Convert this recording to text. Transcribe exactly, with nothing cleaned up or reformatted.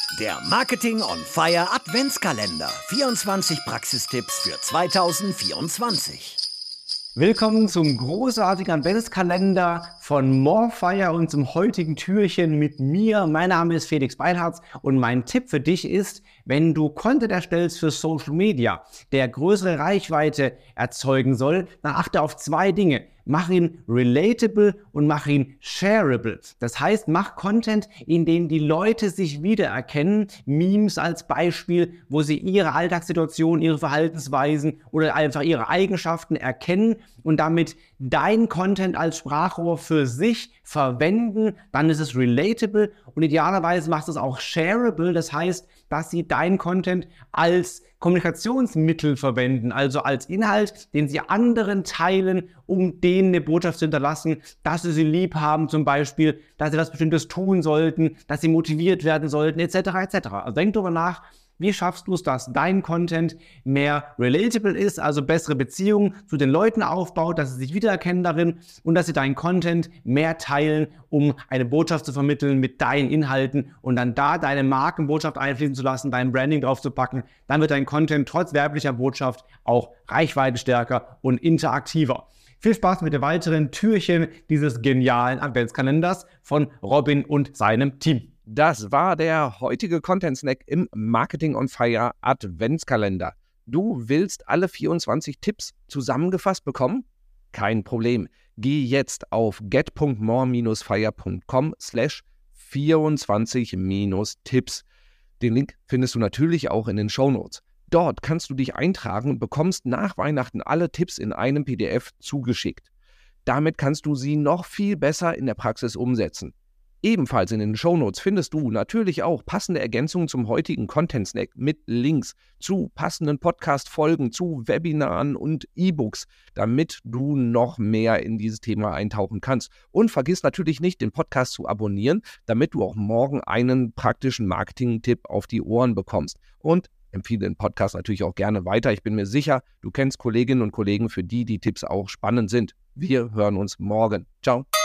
Der Marketing on Fire Adventskalender. vierundzwanzig Praxistipps für zweitausendvierundzwanzig. Willkommen zum großartigen Adventskalender von Morefire und zum heutigen Türchen mit mir. Mein Name ist Felix Beilharz und mein Tipp für dich ist, wenn du Content erstellst für Social Media, der größere Reichweite erzeugen soll, dann achte auf zwei Dinge. Mach ihn relatable und mach ihn shareable. Das heißt, mach Content, in dem die Leute sich wiedererkennen. Memes als Beispiel, wo sie ihre Alltagssituation, ihre Verhaltensweisen oder einfach ihre Eigenschaften erkennen und damit dein Content als Sprachrohr für sich verwenden. Dann ist es relatable und idealerweise machst du es auch shareable. Das heißt, dass sie dein Content als Kommunikationsmittel verwenden, also als Inhalt, den sie anderen teilen, um denen eine Botschaft zu hinterlassen, dass sie sie lieb haben zum Beispiel, dass sie was Bestimmtes tun sollten, dass sie motiviert werden sollten, et cetera et cetera. Also denk darüber nach, wie schaffst du es, dass dein Content mehr relatable ist, also bessere Beziehungen zu den Leuten aufbaut, dass sie sich wiedererkennen darin und dass sie deinen Content mehr teilen, um eine Botschaft zu vermitteln mit deinen Inhalten und dann da deine Markenbotschaft einfließen zu lassen, dein Branding drauf zu packen. Dann wird dein Content trotz werblicher Botschaft auch reichweitenstärker und interaktiver. Viel Spaß mit den weiteren Türchen dieses genialen Adventskalenders von Robin und seinem Team. Das war der heutige Content-Snack im Marketing on Fire Adventskalender. Du willst alle vierundzwanzig Tipps zusammengefasst bekommen? Kein Problem. Geh jetzt auf get punkt more dash fire punkt com slash vierundzwanzig Tipps. Den Link findest du natürlich auch in den Shownotes. Dort kannst du dich eintragen und bekommst nach Weihnachten alle Tipps in einem P D F zugeschickt. Damit kannst du sie noch viel besser in der Praxis umsetzen. Ebenfalls in den Shownotes findest du natürlich auch passende Ergänzungen zum heutigen Content-Snack mit Links zu passenden Podcast-Folgen, zu Webinaren und E-Books, damit du noch mehr in dieses Thema eintauchen kannst. Und vergiss natürlich nicht, den Podcast zu abonnieren, damit du auch morgen einen praktischen Marketing-Tipp auf die Ohren bekommst. Und empfehle den Podcast natürlich auch gerne weiter. Ich bin mir sicher, du kennst Kolleginnen und Kollegen, für die die Tipps auch spannend sind. Wir hören uns morgen. Ciao.